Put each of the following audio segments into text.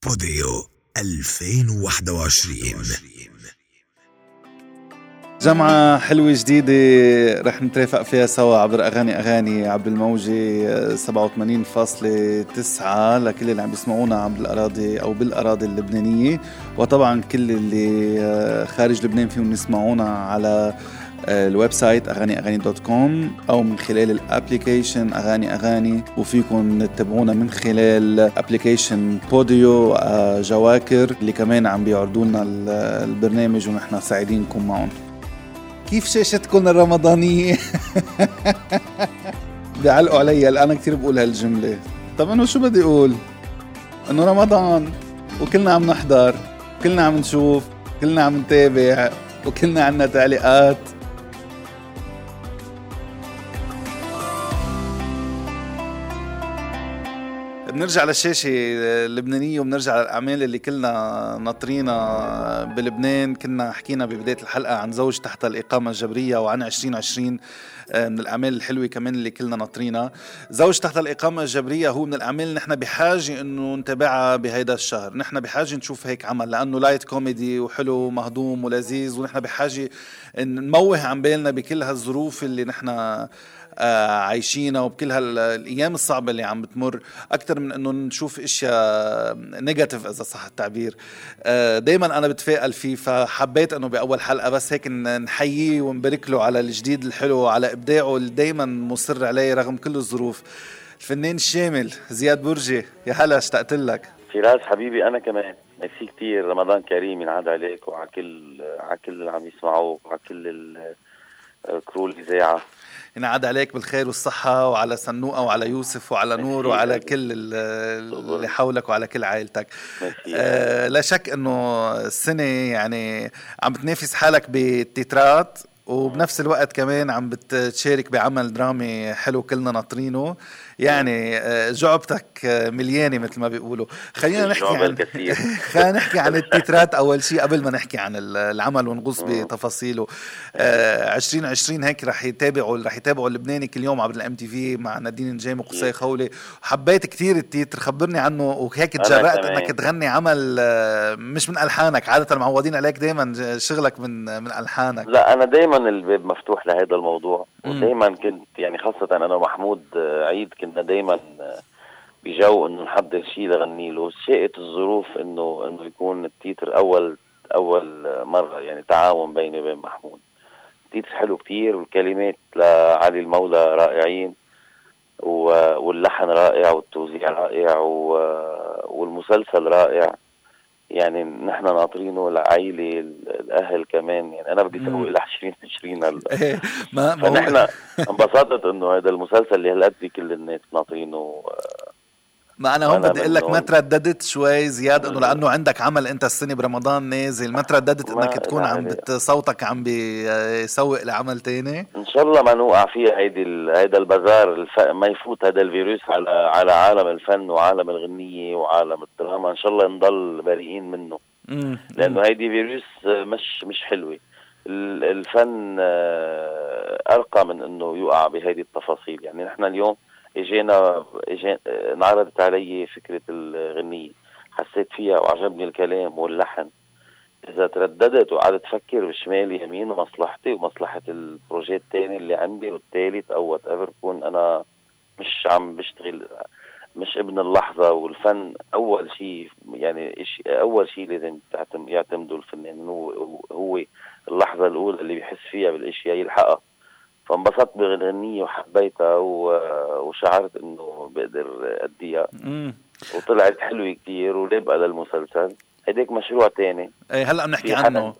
بوديو 2021. جمعة حلوة جديدة رح نترافق فيها سوا عبر أغاني عبر الموجة 87.9 لكل اللي عم بيسمعونا عبر الأراضي أو بالأراضي اللبنانية، وطبعا كل اللي خارج لبنان فيهم يسمعونا على الويب سايت أغاني.com أو من خلال الابليكيشن أغاني، وفيكم تتابعونا من خلال ابليكيشن بوديو جواكر اللي كمان عم بيعرضونا البرنامج ونحن سعيدينكم معهم. كيف شاشتكم الرمضانية؟ بيعلقوا علي أنا كتير بقول هالجملة. طب أنه شو بدي أقول؟ أنه رمضان وكلنا عم نحضر، كلنا عم نشوف، كلنا عم نتابع، وكلنا عنا تعليقات. بنرجع للشاشة اللبنانية وبنرجع للأعمال اللي كلنا ناطرينا بلبنان. كنا حكينا ببداية الحلقة عن زوج تحت الإقامة الجبرية وعن 2020 من الأعمال الحلوة كمان اللي كلنا ناطرينا. زوج تحت الإقامة الجبرية هو من الأعمال اللي نحن بحاجة إنه نتابعها بهيدا الشهر. نحن بحاجة نشوف هيك عمل لأنه لايت كوميدي وحلو مهضوم ولذيذ، ونحن بحاجة نموه عن بالنا بكل هالظروف اللي نحن عايشينها وبكل هالأيام الصعبة اللي عم بتمر، أكتر من أنه نشوف إشياء نيجاتيف إذا صح التعبير. دايما أنا بتفائل فيه، فحبيت أنه بأول حلقة بس هيك نحييه ونبارك له على الجديد الحلو وعلى إبداعه اللي دايما مصر عليه رغم كل الظروف. الفنان الشامل زياد برجي، يا هلا، اشتقت لك. فراس حبيبي، أنا كمان ميرسي كتير. رمضان كريم ينعاد عليك وعلى كل اللي عم يسمعوك وعلى كل الكرو الإذاعة. ينعاد عليك بالخير والصحة، وعلى سنوقة وعلى يوسف وعلى نور وعلى كل اللي حولك وعلى كل عائلتك. لا شك انه السنة يعني عم بتنافس حالك بالتترات، وبنفس الوقت كمان عم بتشارك بعمل درامي حلو كلنا ناطرينه. يعني جعبتك مليانة مثل ما بيقولوا. خلينا نحكي عن التترات أول شيء قبل ما نحكي عن العمل ونغوص بتفاصيله. 2020 هيك رح يتابعوا اللبناني كل يوم عبر الام تي في مع نادين نجام وقصي خولي. حبيت كتير التتر، خبرني عنه. وهيك تجرأت انك تغني عمل مش من ألحانك، عادة معودين عليك دايما شغلك من ألحانك. لا، أنا دايما الباب مفتوح لهذا الموضوع، ودايما كنت يعني خاصة أنا ومحمود عيد كنا دايما بجو إنه نحضر شيء لغني له. شاءت الظروف إنه يكون التيتر أول مرة، يعني تعاون بيني وبين محمود. التيتر حلو كتير والكلمات لعلي المولى رائعين واللحن رائع والتوزيع رائع والمسلسل رائع. يعني نحن ناطرينه لعائلة الأهل كمان. يعني أنا بدي أسوي إلى 2020 هلا. فنحن انبسطت إنه هذا المسلسل اللي هلأت بي كل الناس ناطرينه. ما أنا هون بدي أقول لك ما ترددت شوي زياد إنه لأنه عندك عمل أنت السنة برمضان نازل، ما ترددت إنك تكون عم صوتك عم بيسوق لعمل تاني؟ إن شاء الله ما نوقع فيه هيدا البازار ما يفوت هذا الفيروس على عالم الفن وعالم الغنية وعالم الدراما. إن شاء الله نضل بريئين منه، لأنه هيدي فيروس مش حلوة. الفن أرقى من إنه يوقع بهيدي التفاصيل. يعني نحن اليوم اجينا انعرضت علي فكرة الغنية، حسيت فيها وعجبني الكلام واللحن. إذا ترددت وقعدت تفكر بشمال يمين مصلحتي ومصلحة البروجي التاني اللي عندي والتالت أو whatever، كون أنا مش عم بشتغل، مش ابن اللحظة. والفن أول شيء، يعني أول شيء لازم يعتمدوا الفنان هو اللحظة الأولى اللي بيحس فيها بالأشياء يلحقها. فانبسطت بالغنية وحبيتها وشعرت إنه بقدر أديها، وطلعت حلوة كتير ولابقى للمسلسل. هيديك مشروع تاني هلأ بنحكي عنه.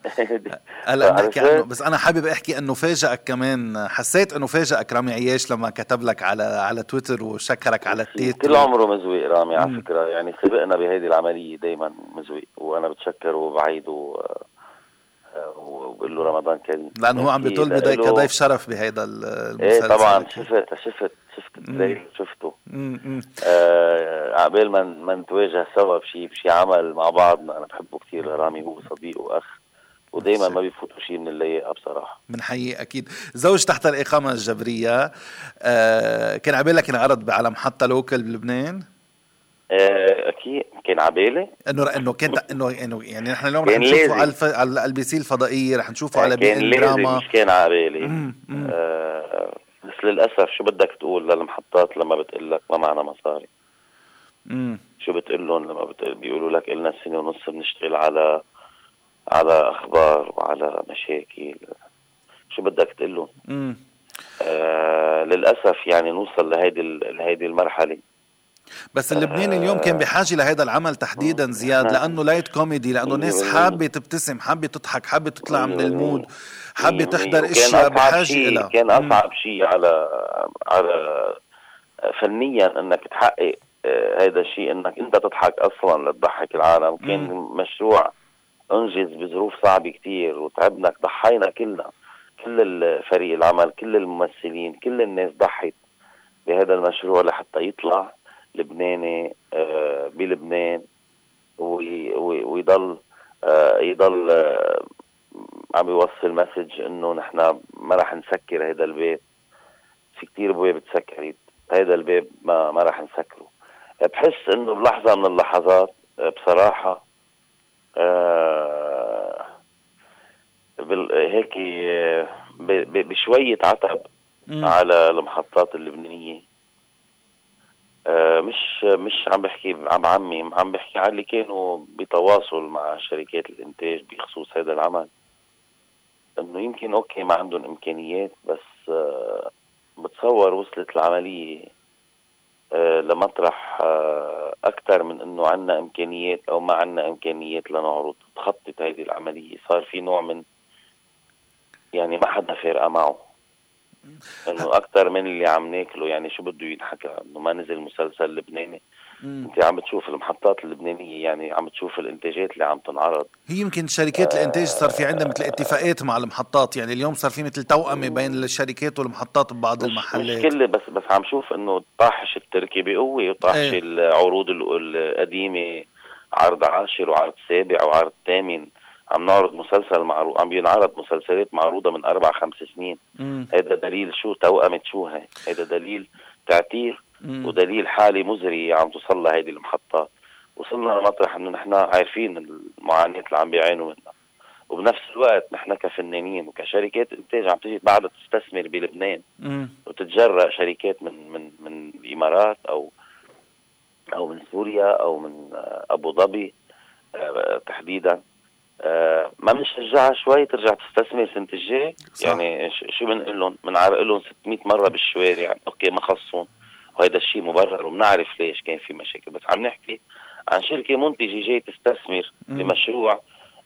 بس أنا حابب أحكي أنه فاجأك كمان. حسيت أنه فاجأك رامي عياش لما كتب لك على تويتر وشكرك على التيتر. كل عمره مزويق رامي على فكرة، يعني سبقنا بهذه العملية دايما مزويق، وأنا بتشكر وبعيده وبقول له رمضان كريم، لأنه هو عم بيطول كضيف شرف بهيدا المسلسل. ايه طبعا شفت التريلر، شفته. عقبال ما نتواجه سوا بشي عمل مع بعضنا. أنا بحبه كتير رامي، هو صديق وأخ، ودايما ما بيفوتوا شيء من اللياقة بصراحة. من حقيقة أكيد. زوج تحت الإقامة الجبرية كان عبالك ينعرض على محطة لوكل بلبنان؟ اكيد كان عبالي انه كانت انه يعني نحن اليوم رح كان نشوفه لازم على البي سي الفضائيه، رح نشوفه على بي كان ان لازم، دراما. مش كان عبالي. مم. بس للاسف شو بدك تقول للمحطات لما بتقول لك ما معنا مصاري؟ شو بتقول لهم لما بيقولوا لك إلنا سنة ونص بنشتغل على اخبار وعلى مشاكل؟ شو بدك تقول لهم؟ للاسف يعني نوصل لهيدي المرحله. بس اللبناني اليوم كان بحاجة لهذا العمل تحديدا زياد، لأنه لايت كوميدي، لأنه ناس حابة تبتسم، حابة تضحك، حابة تطلع من المود، حابة تحضر وكان اشياء أصعب بحاجة شيء، إلها. كان أصعب شيء على فنيا أنك تحقق هذا الشيء، أنك أنت تضحك أصلا لتضحك العالم. كان مشروع أنجز بظروف صعبة كتير، وتعبنا، ضحينا كلنا، كل الفريق العمل، كل الممثلين، كل الناس ضحت بهذا المشروع لحتى يطلع لبناني بلبنان، ويضل عم يوصل مسج انه نحن ما راح نسكر هذا الباب. في كتير ابواب تسكرت، هذا الباب ما راح نسكره. بحس انه بلحظة من اللحظات بصراحة هيك بشوية عتب على المحطات اللبنانية. مش عم بحكي عم عمي، عم بحكي على اللي كانوا بتواصل مع شركات الانتاج بخصوص هذا العمل، انه يمكن اوكي ما عندهم امكانيات، بس بتصور وصلت العملية لمطرح اكثر من انه عنا امكانيات او ما عنا امكانيات لنعرض. تخطت هذه العملية، صار في نوع من يعني ما حدا فارقة معه، انه اكتر من اللي عم ناكله. يعني شو بده ينحكى انه ما نزل مسلسل لبناني؟ انت عم بتشوف المحطات اللبنانية، يعني عم بتشوف الانتاجات اللي عم تنعرض. هي يمكن شركات الانتاج صار في عندها مثل اتفاقات مع المحطات، يعني اليوم صار في مثل توأمة بين الشركات والمحطات ببعض المحلات. مش كله، بس عم شوف انه طاحش التركي بقوة، وطاحش العروض القديمة، عرض 10 وعرض 7 وعرض 8. عم نعرض مسلسل معروض، عم بينعرض مسلسلات معروضة من 4-5 سنين. هذا دليل شو توأمة شو هاي؟ هذا دليل تعتير ودليل حالة مزرية عم توصل لها هيدي المحطات. وصلنا لمطرح انه نحن عارفين المعاناة اللي عم بيعانوا منها، وبنفس الوقت نحن كفنانين وكشركات انتاج عم تيجي بعدها تستثمر بلبنان وتتجرأ شركات من الامارات او من سوريا او من ابو ظبي تحديدا. ما بنشجعها شوي ترجع تستثمر سنة الجاي؟ يعني شو بنقول لهم؟ بنعرق لهم 600 مرة بالشوارع اوكي ما خصهم، وهذا الشيء مبرر وبنعرف ليش كان في مشاكل. بس عم نحكي عن شركة منتجة جاي تستثمر بمشروع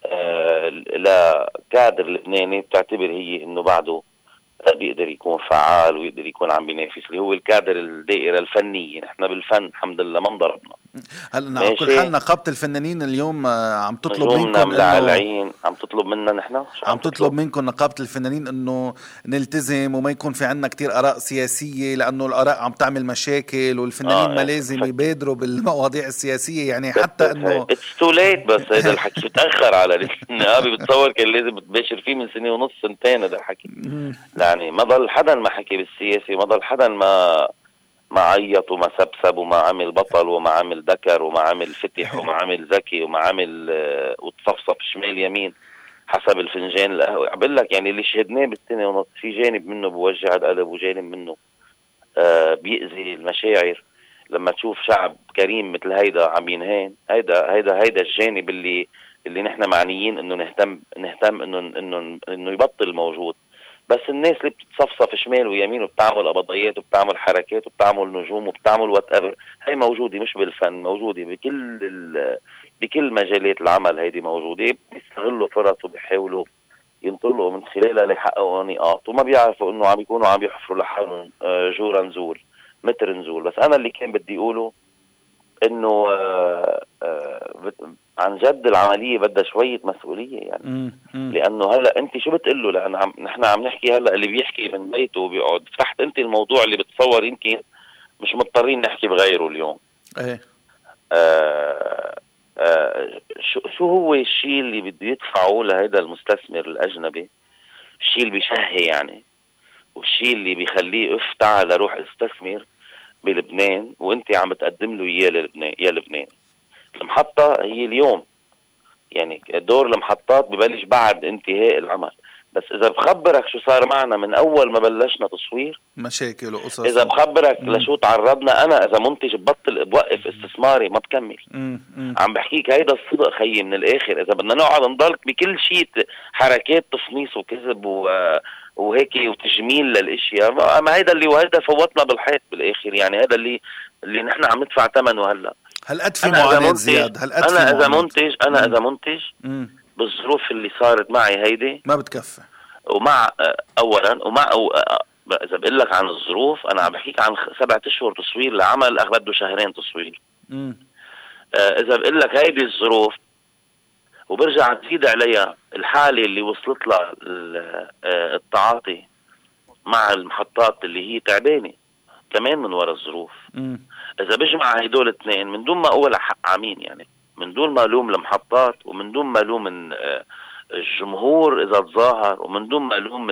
لكادر لبناني بتعتبر هي انه بعده بيقدر يكون فعال ويقدر يكون عم بينافس، اللي هو الكادر الدائرة الفنية. نحن بالفن الحمد لله ما انضربنا. هلا على كل حال نقابة الفنانين اليوم عم تطلب منكم ملعلعين، عم تطلب منا نحن، عم تطلب منكم نقابة الفنانين انه نلتزم وما يكون في عنا كتير اراء سياسية، لانه الاراء عم تعمل مشاكل، والفنانين ما لازم يبادروا بالمواضيع السياسية. يعني حتى انه اتس تو ليت، بس هذا الحكي تأخر على النقابة. بتصور كان لازم تباشر فيه من سنة ونص، سنتين هذا الحكي. يعني ما ضل حدا ما حكي بالسياسي، ما ضل حدا ما عيط وما سبسب وما عمل بطل وما عمل ذكر وما عمل فتح وما عمل ذكي وما عمل وتصفصف شمال يمين حسب الفنجان القهوة. عبقول لك يعني اللي شهدناه بالسنة ونص في جانب منه بوجع القلب، وجانب منه بيأذي المشاعر. لما تشوف شعب كريم مثل هيدا عم ينهان، هيدا الجانب اللي نحن معنيين انه نهتم انه يبطل موجود. بس الناس اللي بتتصفصف شمال ويمين وبتعمل قبضيات وبتعمل حركات وبتعمل نجوم وبتعمل وات ايفر، هي موجوده مش بالفن، موجوده بكل مجالات العمل. هيدي موجوده، بيستغلوا فرص وبيحاولوا ينطلقوا من خلالها ليحققوا نقاط، وما بيعرفوا انه عم يكونوا عم يحفروا لحالهم جورا نزول متر نزول. بس انا اللي كان بدي اقوله انه عن جد العمليه بدها شويه مسؤوليه يعني. لانه هلا انت شو بتقول له؟ لان نحن عم نحكي هلا اللي بيحكي من بيته وبيقعد. فتحت انت الموضوع اللي بتصور يمكن مش مضطرين نحكي بغيره اليوم. ايه شو هو الشيء اللي بده يدفعه لهذا المستثمر الاجنبي؟ الشيء اللي بيشهي يعني، والشيء اللي بيخليه تعال روح استثمر بلبنان وانت عم بتقدم له اياه للبنان يا لبنان. المحطة هي اليوم، يعني دور المحطات ببلش بعد انتهاء العمل. بس اذا بخبرك شو صار معنا من اول ما بلشنا تصوير، مشاكل وقصص، اذا بخبرك لشو تعرضنا، انا اذا منتج بوقف استثماري ما بكمل. عم بحكيك هيدا الصدق خيي من الاخر. اذا بدنا نقعد نضل بكل شيء حركات تفنيص وكذب وهيك وتجميل للاشياء، ما هيدا اللي وهيدا فوتنا بالحيط بالاخر. يعني هذا اللي نحن عم ندفع ثمنه هلا. هل في معاناة زياد؟ انا اذا منتج بالظروف اللي صارت معي هيدي ما بتكفي. ومع اولا ومع اذا بقول لك عن الظروف، انا عم بحكيك عن 7 أشهر تصوير لعمل بده 2 تصوير. اذا بقول لك هيدي الظروف وبرجع تزيد عليها الحالة اللي وصلت لها التعاطي مع المحطات اللي هي تعبانة كمان من وراء الظروف. اذا بجمع هيدول 2 من دون ما اقول حق عمين، يعني من دون ما الوم المحطات ومن دون ما الوم الجمهور اذا تظاهر، ومن دون ما الوم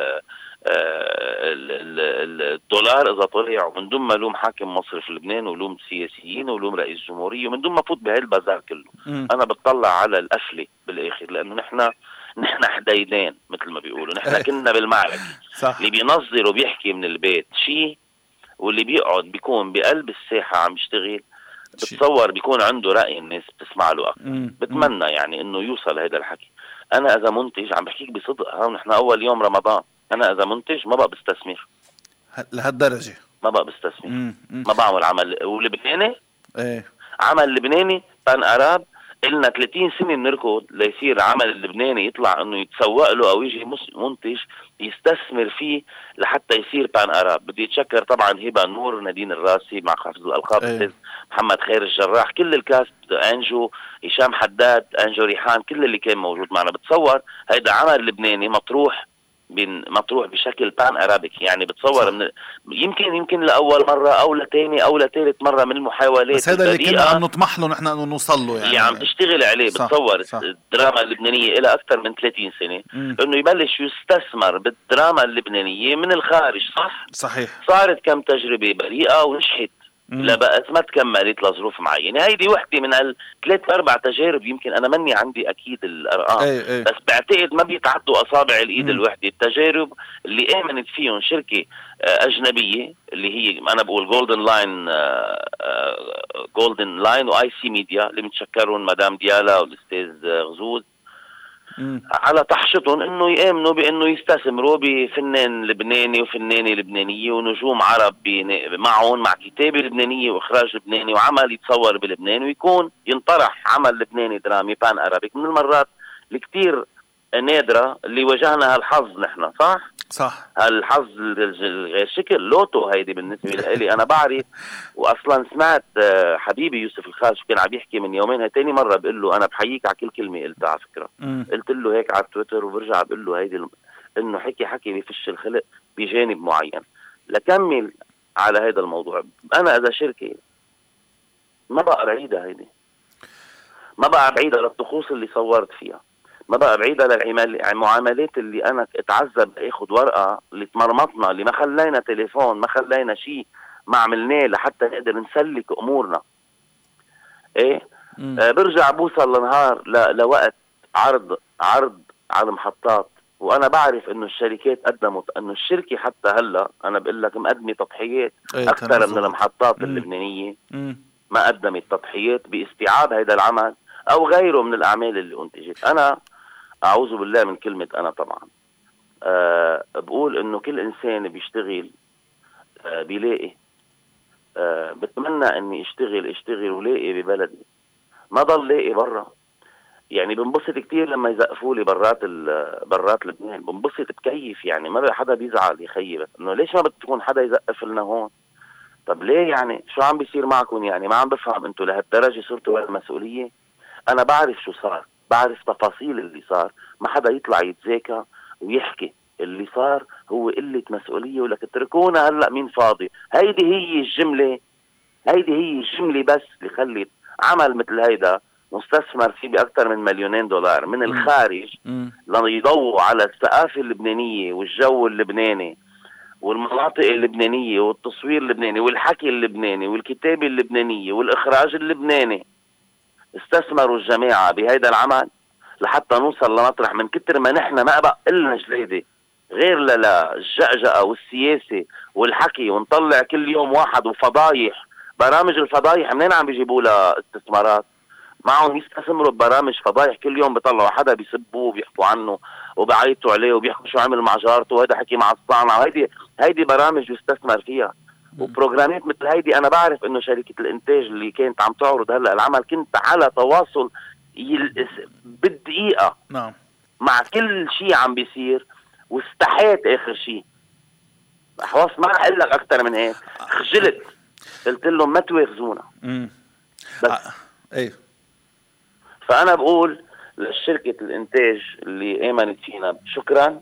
الدولار اذا طلع، ومن دون ما الوم حاكم مصرف لبنان ولوم السياسيين ولوم رئيس الجمهورية، ومن دون ما فوت بهاي البازار كله. انا بتطلع على القفله بالاخر، لانه نحن حديدان مثل ما بيقولوا. نحن كنا بالمعركه. اللي بينظر وبيحكي من البيت شيء، واللي بيقعد بيكون بقلب الساحه عم يشتغل بتصور بيكون عنده رأي الناس بتسمع له أكثر. بتمنى يعني إنه يوصل هذا الحكي. أنا إذا منتج عم بحكيك بصدق، ونحن أول يوم رمضان، أنا إذا منتج ما بقى بستثمر لهالدرجة، ما بقى بستثمر. ما بعمل عمل ولبناني. عمل لبناني بان أراب إلنا 30 سنة بنركض ليصير عمل اللبناني يطلع إنه يتسوق له أو يجي منتج يستثمر فيه لحتى يصير بان أراب. بدي أتشكر طبعا هبة نور، نادين الراسي، مع حافظ الألقاب محمد خير الجراح، كل الكاست، أنجو، هشام حداد، أنجو ريحان، كل اللي كان موجود معنا. بتصور هيدا عمل لبناني مطروح بشكل بان أرابيك. يعني بتصور من يمكن لأول مرة أو لتاني أو لثالث مرة من المحاولات، بس هذا اللي كنا عم نطمح له نحن أنه نوصل له، يعني اللي عم تشتغل عليه. بتصور الدراما اللبنانية إلى أكثر من 30 سنة أنه يبلش يستثمر بالدراما اللبنانية من الخارج. صحيح. صارت كم تجربة بريئة ونجحت، لا بقت ما تكملت لظروف معينة. هيدي وحدة من 3-4 تجارب، يمكن أنا مني عندي أكيد الأرقام، بس بعتقد ما بيتعدوا أصابع الإيد الوحدة. التجارب اللي آمنت فيهم شركة أجنبية اللي هي أنا بقول جولدن لاين وآي سي ميديا، اللي متشكرون مدام ديالا والأستاذ غزوز على تحشطهم انه يامنوا بانه يستثمروا بفنان لبناني وفنانه لبنانيه ونجوم عرب معهم، مع كتابه لبنانيه واخراج لبناني وعمل يتصور بلبنان، ويكون ينطرح عمل لبناني درامي بان ارابيك. من المرات الكتير نادره اللي واجهنا هالحظ نحن. صح هالحظ غير شكل لوتو. هيدي بالنسبه لي انا بعرف، واصلا سمعت حبيبي يوسف الخاش كان عم يحكي من يومين، هي تاني مره بقول له انا بحييك على كل كلمه قلتها على فكره. قلت له هيك على تويتر، وبرجع بقول له هيدي انه حكي بفش الخلق بجانب معين. لكمل على هذا الموضوع، انا اذا شركه ما بقى بعيده، هيدي ما بقى بعيده للطقوس اللي صورت فيها، ما بقى بعيدة للمعاملات اللي أنا اتعذب اخد ورقة، اللي تمرمطنا، اللي ما خلينا تليفون، ما خلينا شيء ما عملناه لحتى نقدر نسلك أمورنا. برجع بوصل لنهار لوقت عرض على المحطات، وأنا بعرف إنه الشركات قدمت، إنه الشركة حتى هلا أنا بقول لك مقدمة تضحيات أكثر من المحطات اللبنانية. ما قدمت تضحيات باستيعاب هذا العمل أو غيره من الأعمال اللي أنتجت. أنا أعوذ بالله من كلمة أنا طبعا بقول إنه كل إنسان بيشتغل بيلاقي. بتمنى إني اشتغل ولاقي ببلدي، ما ضل لاقي برا. يعني بنبسط كتير لما يزقفوا لي برات لبنان، بنبسط بكيف. يعني ما حدا بيزعل يخيي، بس إنه ليش ما بتكون حدا يزقف لنا هون؟ طب ليه؟ يعني شو عم بيصير معكم؟ يعني ما عم بفهم انتوا لهالدرجة صرتوا بالمسؤولية. أنا بعرف شو صار، بعرف تفاصيل اللي صار. ما حدا يطلع يتذاكى ويحكي اللي صار هو قلة مسؤولية ولك اتركونا هلأ مين فاضي. هيدي هي الجملة بس اللي خلت عمل مثل هيدا مستثمر فيه بأكثر من $2 مليون من الخارج ليضووا على الثقافة اللبنانية والجو اللبناني والمناطق اللبنانية والتصوير اللبناني والحكي اللبناني والكتابة اللبنانية والإخراج اللبناني. استثمروا الجماعة بهيدا العمل لحتى نوصل لمطرح من كتر ما نحن ما بقى إلنا جليدة غير للجأجأة والسياسة والحكي، ونطلع كل يوم واحد وفضايح. برامج الفضايح منين عم بيجيبوا لها استثمارات؟ معهم يستثمروا ببرامج فضايح، كل يوم بيطلعوا حدا بيسبوه وبيحكوا عنه وبعيطوا عليه وبيحكوا شو عمل مع جارته وهذا حكي مع الصانع. هيدي برامج يستثمر فيها وبروجرامات مثل هيدي. انا بعرف انه شركة الانتاج اللي كانت عم تعرض هلا العمل كنت على تواصل بالدقيقة نعم مع كل شيء عم بيصير، واستحيت اخر شيء خلاص ما رح اقول لك اكثر من هيك. خجلت قلت لهم ما تواخذونا بس. ايه فانا بقول لشركة الانتاج اللي امنت فينا شكرا،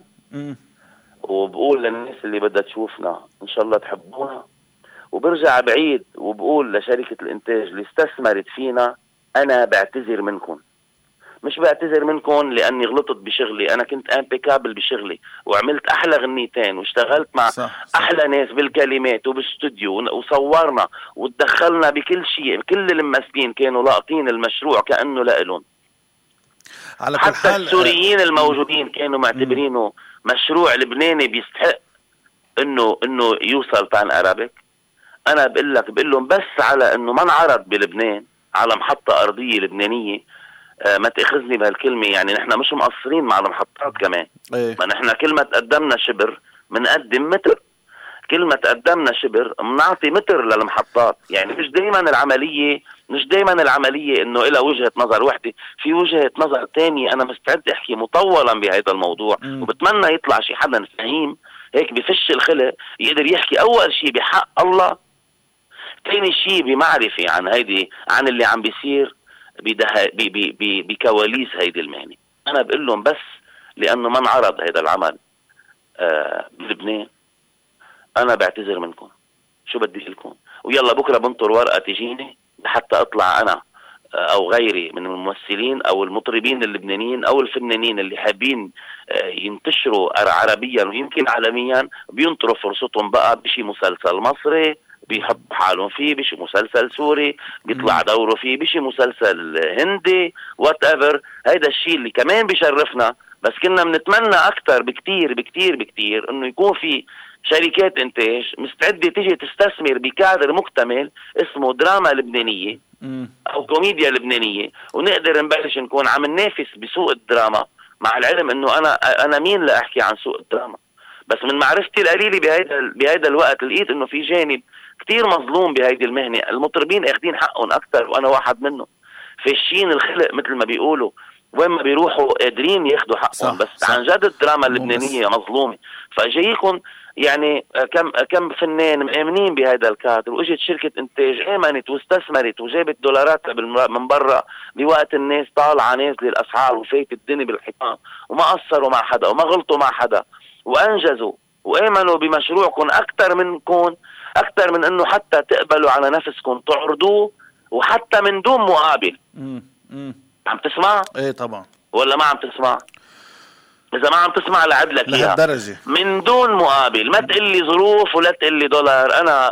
وبقول للناس اللي بدها تشوفنا ان شاء الله تحبونا، وبرجع بعيد وبقول لشركة الانتاج اللي استثمرت فينا انا بعتذر منكم. مش بعتذر منكم لاني غلطت بشغلي، انا كنت امبيكابل بشغلي وعملت احلى غنيتين واشتغلت مع صح. احلى ناس بالكلمات وبالاستوديو وصورنا وتدخلنا بكل شيء. كل الممثلين كانوا لاقطين المشروع كانه لإلهم. على حتى حال السوريين الموجودين كانوا معتبرينه مشروع لبناني بيستحق انه يوصل بان ارابيك. انا بقول لهم بس على انه ما انعرض بلبنان على محطة ارضية لبنانية. ما تأخذني بهالكلمة، يعني نحن مش مقصرين مع المحطات كمان. ما نحن كل ما تقدمنا شبر منقدم متر، كل ما تقدمنا شبر منعطي متر للمحطات. يعني مش دايما العملية انه إلى وجهة نظر وحدة، في وجهة نظر تانية. انا مستعد احكي مطولا بهذا الموضوع وبتمنى يطلع شي حدا فهيم هيك بفش الخلق يقدر يحكي اول شي بحق الله، ثاني شي بمعرفة عن اللي عم بيصير بكواليس هيدي المهنة. انا بقول لهم بس لانه ما انعرض هذا العمل بلبنان انا بعتذر منكم. شو بدي لكم؟ ويلا بكره بنطر ورقه تجيني حتى اطلع انا او غيري من الممثلين او المطربين اللبنانيين او الفنانين اللي حابين ينتشروا عربيا ويمكن عالميا، بينطروا فرصتهم بقى بشي مسلسل مصري بيحط حالهم فيه، بشي مسلسل سوري بيطلع دوره فيه، بشي مسلسل هندي وات ايفر. هيدا الشيء اللي كمان بيشرفنا، بس كنا بنتمنى اكثر بكتير بكتير بكتير انه يكون في شركات انتاج مستعده تيجي تستثمر بكادر مكتمل اسمه دراما لبنانيه او كوميديا لبنانيه، ونقدر نبلش نكون عم ننافس بسوق الدراما. مع العلم انه انا مين لاحكي عن سوق الدراما، بس من معرفتي القليله بهيدا الوقت لقيت انه في جانب كتير مظلوم بهيدي المهنه. المطربين اخذين حقهم اكثر وانا واحد منهم، فاشين الخلق مثل ما بيقولوا، وين ما بيروحوا قادرين ياخذوا حقهم. بس صح. عن جد الدراما اللبنانيه مظلومه. فجايكم يعني كم فنان مآمنين بهذا الكادر، واجت شركة انتاج آمنت واستثمرت وجابت دولارات من برا بوقت الناس طالعة نازلة الاسعار وفايت الدنيا بالحيطان، وما قصروا مع حدا وما غلطوا مع حدا، وانجزوا وآمنوا بمشروعكم اكثر من انه حتى تقبلوا على نفسكم تعرضوه، وحتى من دون مقابل. عم تسمع؟ ايه طبعا. ولا ما عم تسمع؟ إذا ما عم تسمع لعد لك إياها لهالدرجة من دون مقابل. ما تقول لي ظروف ولا تقول لي دولار. أنا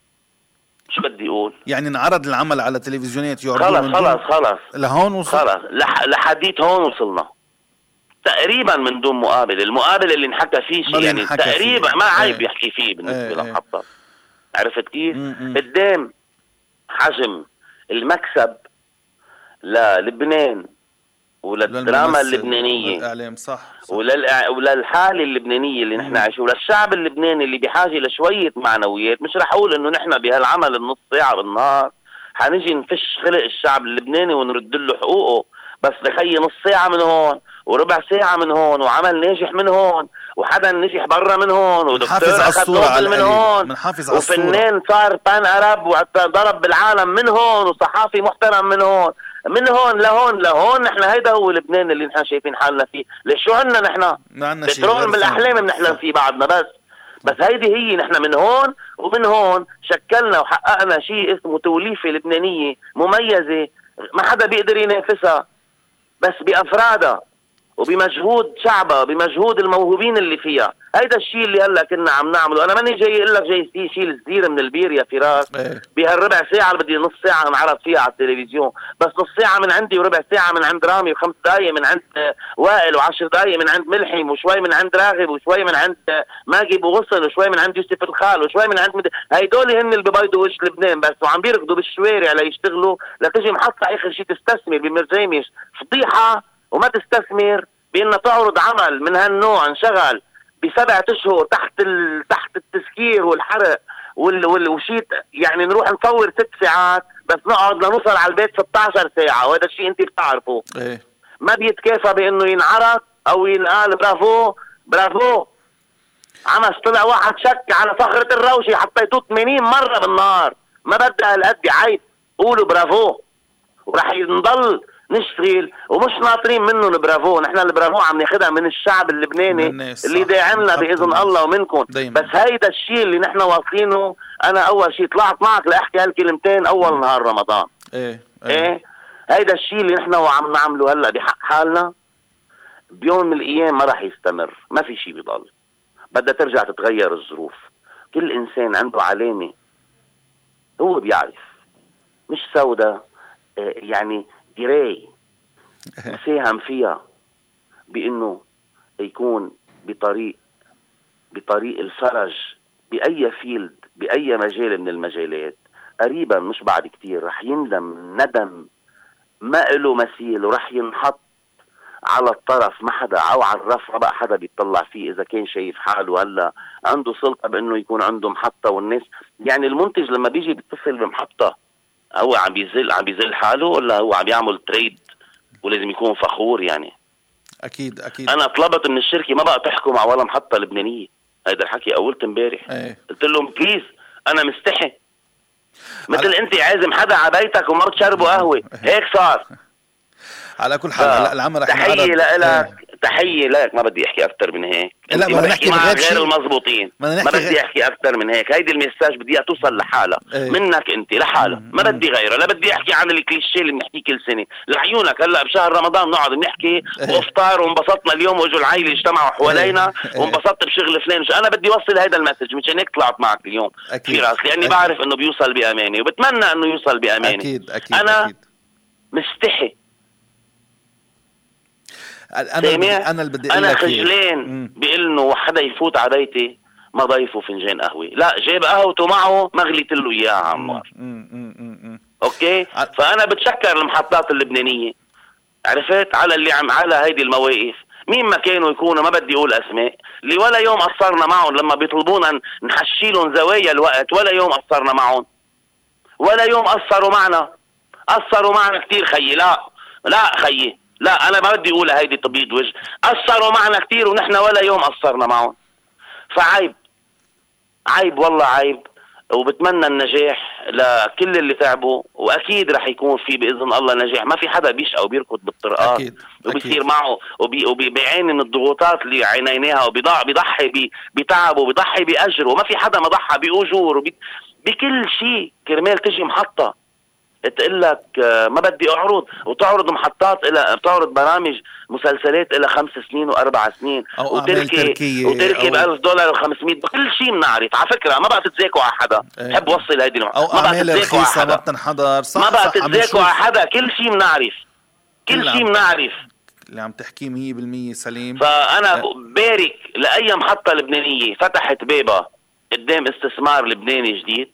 شو بدي أقول؟ يعني انعرض العمل على تلفزيونات يعرضون خلص لهون وصلنا، خلص لحديت هون وصلنا تقريبا من دون مقابل. المقابل اللي انحكى فيه شيء يعني تقريبا ما عيب يحكي فيه بالنسبة للمحطة. عرفت كيف؟ قدام حجم المكسب للبنان وللدراما اللبنانية والإعلام صح. وللحالة اللبنانية اللي نحن عايشين، وللشعب اللبناني اللي بحاجة لشوية معنويات. مش رح أقول إنه نحن بهالعمل النص ساعة بالنهار حنجي نفش خلق الشعب اللبناني ونرد له حقوقه، بس بخي نص ساعة من هون وربع ساعة من هون وعمل ناجح من هون وحدا نجح برا من هون ودكتور أخذ نوبل من هون وفنان صار بان أراب وضرب بالعالم من هون وصحافي محترم من هون لهون. نحن هيدا هو لبنان اللي نحن شايفين حالنا فيه. ليش شو عنا نحن؟ بترول بالأحلام بنحلم فيه بعضنا. بس هيدي هي نحن من هون ومن هون شكلنا وحققنا شيء اسمه توليفة لبنانية مميزة ما حدا بيقدر ينافسها، بس بأفرادها وبمجهود شعبها بمجهود الموهوبين اللي فيها. هيدا الشيء اللي هلا كنا عم نعمله. انا ماني جاي اقول لك جاي شيل الزير من البير يا فراس. بهالربع ساعه اللي بدي نص ساعه انعرض فيها على التلفزيون، بس نص ساعه من عندي وربع ساعه من عند رامي و5 دقائق من عند وائل و10 دقائق من عند ملحم وشوي من عند راغب وشوي من عند ماجد وغصن وشوي من عند يوسف الخال وشوي من عند هيدول هن اللي ببيضوا وجه لبنان بس، وعم بيركضوا بالشوارع ليشتغلوا لتجي محطه اخر شيء تستثمر بمرجيمش. فضيحه وما تستثمر بأن تعرض عمل من هالنوع انشغل ب7 أشهر تحت التسكير والحرق وشيء، يعني نروح نصور 6 ساعات بس نقعد لنوصل على البيت 16 ساعة، وهذا الشيء انت بتعرفه. ما بيتكافى بأنه ينعرض او ينقال برافو برافو. عمس طلع واحد شك على صخرة الروشي حطيتوه 80 مرة بالنهار، ما بدها هالقد، عيب قولوا برافو. ورح نضل نشتغل ومش ناطرين منه البرافو، نحن البرافو عم ناخدها من الشعب اللبناني اللي داعمنا بإذن الله ومنكم دايما. بس هيدا الشيء اللي نحن واصلينه. انا اول شيء طلعت معك لاحكي هالكلمتين اول نهار رمضان. ايه هيدا الشيء اللي نحن وعم نعمله هلا بحق حالنا بيوم من الايام ما رح يستمر، ما في شيء بيضل، بدها ترجع تتغير الظروف. كل انسان عنده علامة هو بيعرف، مش سودة يعني دراي مساهم فيها بانه يكون بطريق الفرج بأي فيلد بأي مجال من المجالات. قريبا مش بعد كتير رح يندم ندم ما له مثيل، ورح ينحط على الطرف، ما حدا او على الرف بقى حدا بيطلع فيه اذا كان شايف حاله هلا عنده سلطة بانه يكون عنده محطة. والناس يعني المنتج لما بيجي بيتصل بمحطة هو عم بيزل حاله ولا هو عم يعمل تريد ولازم يكون فخور؟ يعني اكيد انا طلبت من الشركه ما بقى تحكوا مع ولا محطه لبنانيه. هيدا الحكي قولت امبارح. قلت لهم بليز انا مستحي، مثل انت عازم حدا على بيتك وما بتشربوا قهوه، هيك صار. على كل حال العمر تحيه لك، تحيه لك، ما بدي احكي اكثر من هيك. لا ما بحكي مع غير المضبوطين، ما بدي احكي اكثر من هيك. هيدي الميساج بدي توصل لحالها منك انت لحالها، ما بدي غيرها. لا بدي احكي عن الكليشيه اللي بنحكيه كل سنه لعيونك. هلا بشهر رمضان نقعد نحكي وافطار وانبسطنا اليوم واجوا العائله اجتمعوا حوالينا وانبسطت بشغل فلان. انا بدي اوصل هيدا المسج، مشان هيك طلعت معك اليوم في راس، لاني بعرف انه بيوصل بامانه وبتمنى انه يوصل بامانه. اكيد انا مستحي. انا اللي بدي اقول لك، انا خجلان بانه حدا يفوت على بيتي ما ضيفه فنجان قهوه، لا جاب قهوته معه ما غليت له اياها عمار. اوكي. فانا بتشكر المحطات اللبنانيه، عرفت، على اللي على هيدي المواقف. مين ما كانوا يكونوا، ما بدي اقول اسماء، اللي ولا يوم قصرنا معهم لما بيطلبونا نحشي لهم زوايا الوقت، ولا يوم قصرنا معهم، ولا يوم قصروا معنا كثير خيي. لا خيي، لا انا ما بدي اقول هيدي تبيض وجه، قصروا معنا كثير ونحن ولا يوم قصرنا معهم. فعيب والله عيب. وبتمنى النجاح لكل اللي تعبوا، واكيد رح يكون في باذن الله نجاح. ما في حدا بيشقى وبيركض بالطرقات وبيصير معه وبيعاني من الضغوطات اللي عانيناها، وبيضحي بتعب وبيضحي باجر، وما في حدا ما ضحى باجور بكل شيء كرمال تجي محطه تقول لك ما بدي اعرض، وتعرض محطات بتعرض برامج مسلسلات الى 5 سنين و4 سنين، وتركي $1000 و500، كل شيء بنعرف. على فكره ما بقى تتذاكوا على حدا، بحب وصل هيدي ما بقى تتذاكوا على حدا، ما بتنحضر، ما بقى تتذاكوا على حدا، كل شيء بنعرف، كل شيء بنعرف اللي عم تحكيه 100% سليم. فانا بارك لاي محطه لبنانيه فتحت بابها قدام استثمار لبناني جديد،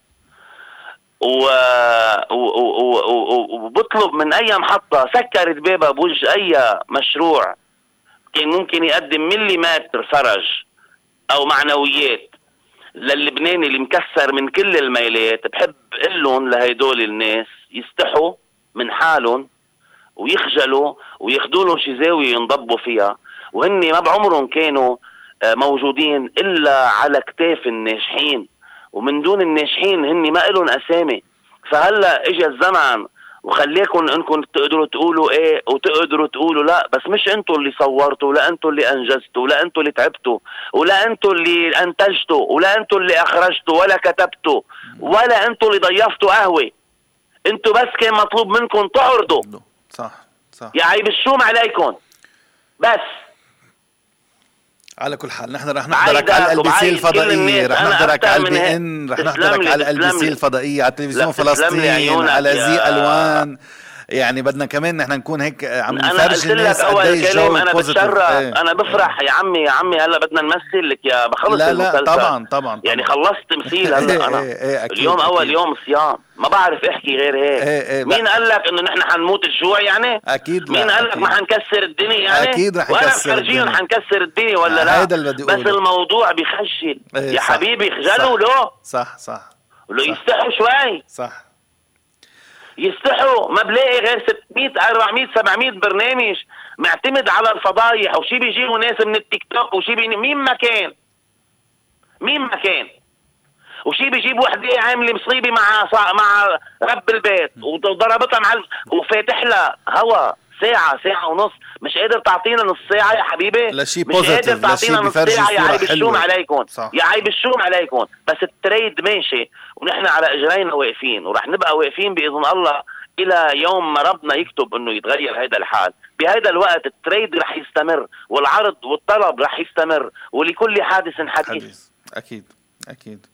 وبطلب من اي محطة سكرت بابها بوجه اي مشروع كان ممكن يقدم مليمتر فرج او معنويات للبناني اللي مكسر من كل الميلات. بحب قلهم لهيدول الناس يستحوا من حالهم ويخجلوا وياخدوا لهم شي زاوية ينضبوا فيها، وهن ما بعمرهم كانوا موجودين الا على كتاف الناجحين، ومن دون الناجحين هني ما إلهم أسامي. فهلا اجى الزمن وخليكم انكم تقدروا تقولوا ايه وتقدروا تقولوا لا، بس مش انتوا اللي صورتوا، ولا انتوا اللي انجزتوا، ولا انتوا اللي تعبتوا، ولا انتوا اللي انتجتوا، ولا انتوا اللي اخرجتوا، ولا كتبتوا، ولا انتوا اللي ضيفتوا قهوة. انتوا بس كان مطلوب منكم تعرضوا. صح يا عيب الشوم عليكم بس. على كل حال نحن رح نحضرك على البي الفضائية، رح نحضرك على البي ان، رح نحضرك على البي الفضائية، على التلفزيون فلسطين، على زي الوان. يعني بدنا كمان نحن نكون هيك عم نفرج الناس قد ايه الجو بوزيتيف. انا بفرح يا عمي هلا بدنا نمثل لك يا بخلص المسلسل. طبعا يعني خلصت تمثيل هلا انا. اليوم اول يوم صيام، ما بعرف احكي غير هيك. مين قال لك انه نحن حنموت الجوع يعني؟ اكيد. مين قال لك ما حنكسر الدنيا يعني؟ اكيد رح نكسر الدنيا. حنكسر الدنيا ولا لا؟ هيدا اللي بدي اقوله. بس الموضوع بخشن يا حبيبي، خجلوا له. صح لو يستحوا شوي. صح يستحوا. ما بلاقي غير 600 400 700 برنامج معتمد على الفضايح، وشي بيجيبوا ناس من التيك توك، وشي مين ما كان وشي بيجيب وحده عامله مصيبه مع رب البيت وضربتها مع وفاتح لها هوا ساعة ونص. مش قادر تعطينا نص ساعة يا حبيبي؟ مش قادر تعطينا نص ساعة. يا عيب الشوم عليكم. يا عيب الشوم عليكم. بس التريد ماشي ونحن على اجرينا واقفين، ورح نبقى واقفين بإذن الله الى يوم ما ربنا يكتب انه يتغير هيدا الحال. بهيدا الوقت التريد رح يستمر، والعرض والطلب رح يستمر، ولكل حادث حديث. اكيد.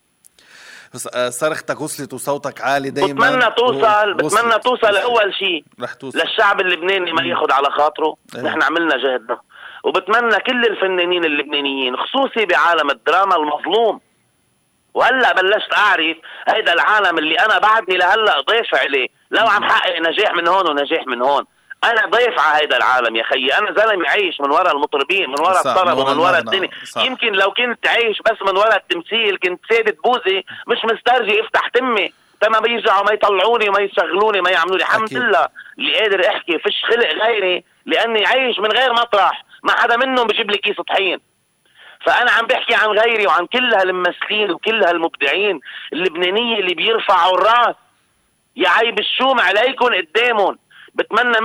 صرختك وصلت وصوتك عالي دايما. بتمنى توصل اول شيء للشعب اللبناني ما ياخد على خاطره. نحن عملنا جهدنا، وبتمنى كل الفنانين اللبنانيين خصوصي بعالم الدراما المظلوم. وهلا بلشت اعرف هيدا العالم اللي انا بعدني لهلا ضيف عليه، لو عم حقق نجاح من هون ونجاح من هون، انا ضيف على هيدا العالم يا خيي. انا زلمه عايش من وراء المطربين، من وراء الطرب ومن وراء الدنيا. يمكن لو كنت عايش بس من وراء التمثيل كنت سادة بوزي، مش مسترجي افتح تمي تما بيرجعوا ما يطلعوني وما يشغلوني ما يعملوا لي. الحمد لله اللي قادر احكي فيش خلق غيري، لاني عايش من غير مطرح، ما حدا منهم بيجيب لي كيس طحين. فانا عم بحكي عن غيري وعن كل هالممثلين وكل هالمبدعين اللبنانية اللي بيرفعوا الراس. يا عيب الشوم عليكم قدامهم. بتمنى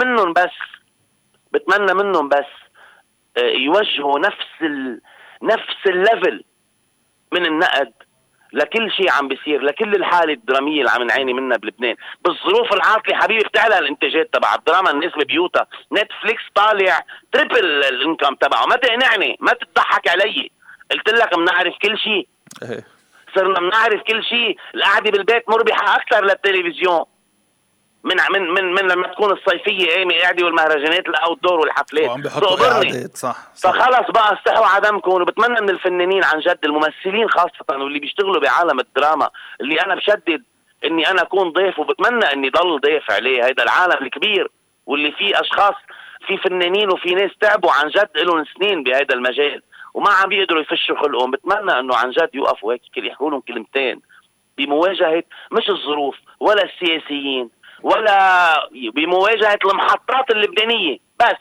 منهم بس يوجهوا نفس الليفل من النقد لكل شيء عم بيصير، لكل الحالة الدرامية اللي عم نعاني منها بلبنان بالظروف العاطلة. حبيبي بتعلى الانتاجات تبع الدراما، الناس ببيوتها، نتفليكس طالع تريبل الانكم تبعه. ما تقنعني، ما تضحك علي. قلت لك بنعرف كل شيء، صرنا بنعرف كل شيء. القعدة بالبيت مربحة أكثر للتلفزيون من لما تكون الصيفيه قايمه قاعده والمهرجانات الاوت دور والحفلات. وعم بيحطوا اعادات. صح. فخلص بقى استحوا عدمكم. وبتمنى من الفنانين عن جد الممثلين خاصه واللي بيشتغلوا بعالم الدراما اللي انا بشدد اني انا اكون ضيف، وبتمنى اني ضل ضيف عليه. هيدا العالم الكبير واللي فيه اشخاص، في فنانين وفي ناس تعبوا عن جد لهم سنين بهيدا المجال وما عم بيقدروا يفشوا خلقهم. بتمنى انه عن جد يوقفوا هيك يحكوا لهم كلمتين بمواجهه مش الظروف ولا السياسيين ولا بمواجهة المحطات اللبنانية، بس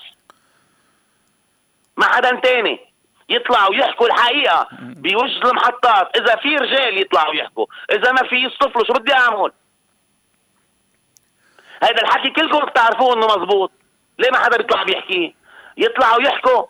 ما حدا تاني يطلعوا يحكوا الحقيقة بوجه المحطات. إذا في رجال يطلعوا يحكوا، إذا ما في يصطفلوا. شو بدي أعمل؟ هذا الحكي كلكم بتعرفوه إنه مزبوط. ليه ما حدا بيطلع بيحكيه؟ يطلعوا يحكوا.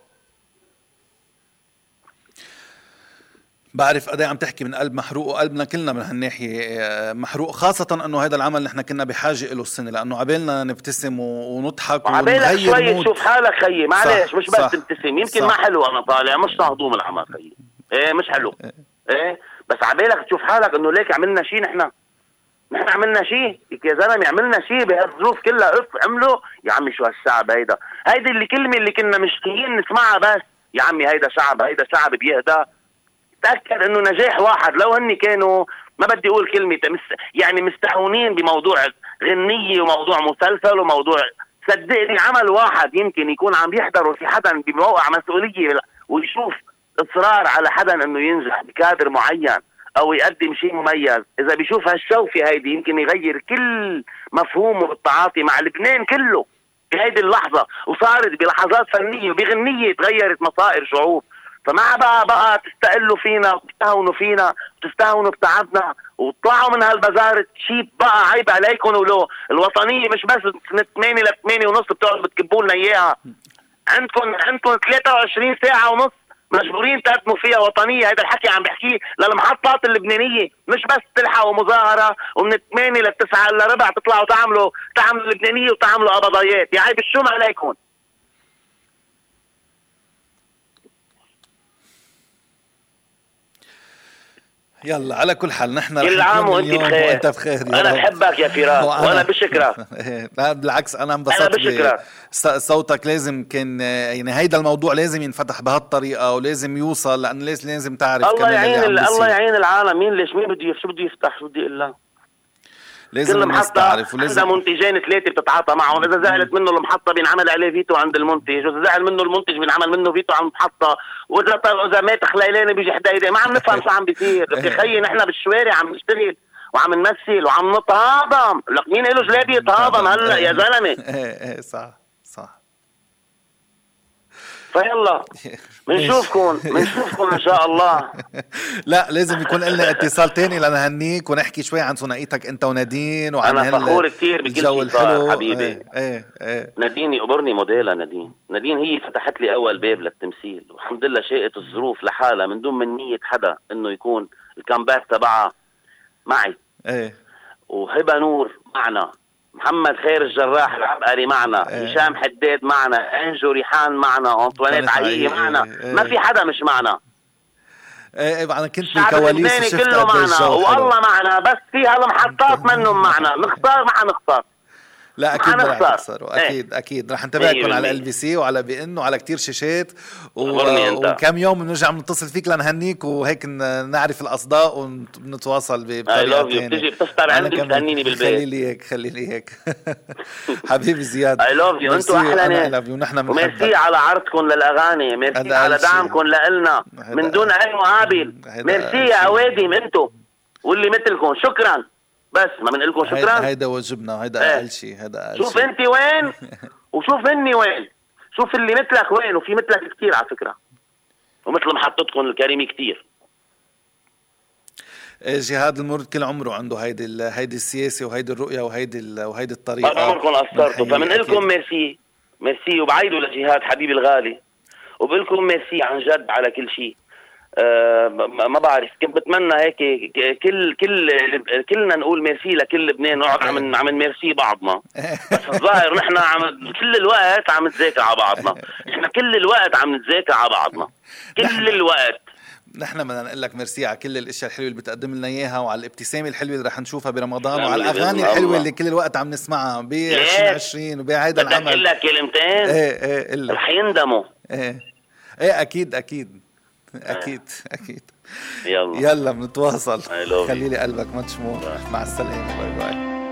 بعرف قدي عم تحكي من قلب محروق، وقلبنا كلنا من هالناحية محروق، خاصة انه هذا العمل نحن كنا بحاجة له السنة، لانه عبالنا نبتسم ونضحك ونغير شوي تشوف حالك خيي. معلش مش بس تبتسم، يمكن صح. ما حلو انا طالع مش مهضوم العمل خيي. ايه مش حلو. ايه بس عبالك تشوف حالك انه ليك عملنا شيء. نحن عملنا شيء يا زلمه، عملنا شيء بهالظروف كلها. عملوا يا عمي. شو هالشعب هيدي اللي كلمة اللي كنا مشتاقين نسمعها. بس يا عمي هيدا شعب بيهدى. تأكد انه نجاح واحد لو هني كانوا ما بدي اقول كلمة يعني مستهونين بموضوع غنية وموضوع مسلسل وموضوع، صدقني عمل واحد يمكن يكون عم يحضروا في حدا بموقع مسؤولية ويشوف اصرار على حدا انه ينجح بكادر معين او يقدم شيء مميز. اذا بيشوف هالشوفة هيدي يمكن يغير كل مفهومه بالتعاطي مع لبنان كله بهيدي اللحظة. وصارت بلحظات فنية وبغنية تغيرت مصائر شعوب. فما بقى تستقلوا فينا وتستهونوا فينا وتستهونوا بتعبنا وطلعوا من هالبزارة شيب. بقى عيب عليكم. ولو الوطنية مش بس من 8 ل 8 ونص بتقعدوا بتكبوا لنا اياها. عندكم 23 ساعة ونص مجبورين تقدموا فيها وطنية. هذا الحكي عم بحكيه للمحطات اللبنانية، مش بس تلحقوا مظاهرة ومن 8 ل 9 إلا ربع تطلعوا تعملوا لبنانية وتعملوا قبضايات. يا عيب الشوم عليكم. يلا على كل حال نحن كل عام وانت بخير. وانت بخير. انا بحبك يا فراس وانا بشكرك. لا بالعكس انا انبسطت صوتك. لازم كان يعني هيدا الموضوع لازم ينفتح بهالطريقه ولازم يوصل، لان لازم تعرف الله يعين الله يعين العالم. مين ليش مين بده شو بده يفتح شو بدي اقول لك. لازم الناس تعرف، ولازم منتجين 3 بتتعاطى معهم. اذا زعلت منه المحطه بينعمل عليه فيتو عند المنتج، واذا زعل منه المنتج بينعمل منه فيتو عند المحطه، واذا مات خليلاني بيجي حدا. ما عم نفهم شو عم بيصير. يا خيي نحن بالشوارع عم نشتغل وعم نمثل وعم نتهاضم. لك مين له جلابي يتهاضم هلا يا زلمه؟ ايه صح. فيلا بنشوفكم ان شاء الله. لا لازم يكون لنا اتصال تاني لنهنيك ونحكي شوي عن ثنائيتك انت ونادين وعن انا فخور كثير بكل شيء حبيبي. ايه نادين يقبرني موديلها. نادين هي فتحت لي اول باب للتمثيل، والحمد لله شاءت الظروف لحالها من دون من نية حدا انه يكون الكامباك تبعها معي. وهبه نور معنا، محمد خير الجراح العبقري معنا، هشام حداد معنا، انجو ريحان معنا، انطوانيت عيقي معنا. ما في حدا مش معنا. انا كنت بالكواليس شفت كله معنا والله معنا، بس في هالمحطات منهم معنا. نختار ما حنختار. لا اكيد رح تخسروا. اكيد رح نتابعكم على LBC وعلى BN وعلى كتير شاشات وكم يوم بنرجع بنتصل فيك لنهنيك وهيك نعرف الاصداء ونتواصل بطريقه ثانيه. بتيجي بتفطر عندي بتهنيني بالبيت. خلي لي هيك حبيبي زياد. I love you. انتوا احلى ناس. وميرسي على عرضكم للاغاني، ميرسي على دعمكم لنا من دون اي مقابل. ميرسي يا اوادم انتوا واللي مثلكم. شكرا. بس ما بنقلكم شكرا. هيدا واجبنا، هيدا اقل شيء. شوف انت وين وشوف اني وين. شوف اللي مثلك وين، وفي مثلك كتير على فكره، ومثل محطتكم الكريمه كتير. جهاد المرد كل عمره عنده هيدي السياسه وهيدي الرؤيه وهيدي الطريقه. ما عمركم قصرتوا، فمنقلكم ميرسي وبعيدوا لجهاد حبيبي الغالي، وبقلكم ميرسي عن جد على كل شيء. ما بعرف، كنت بتمنى هيك كلنا نقول ميرسي لكل لبنان، نقعد عم ميرسي بعضنا. بس الظاهر نحن كل الوقت عم نتذاكر على بعضنا. نحن كل الوقت عم نتذاكر على بعضنا كل الوقت. نحن بدنا نقول لك ميرسي على كل الاشياء الحلوه اللي بتقدم لنا اياها، وعلى الابتسامه الحلوه اللي رح نشوفها برمضان، وعلى الاغاني الحلوه اللي كل الوقت عم نسمعها ب 2020 وبهيدا العمل. بدك اقول لك كلمتين رح يندموا. اكيد يلا بنتواصل. خلي لي قلبك مدشموع. مع السلامه. باي باي.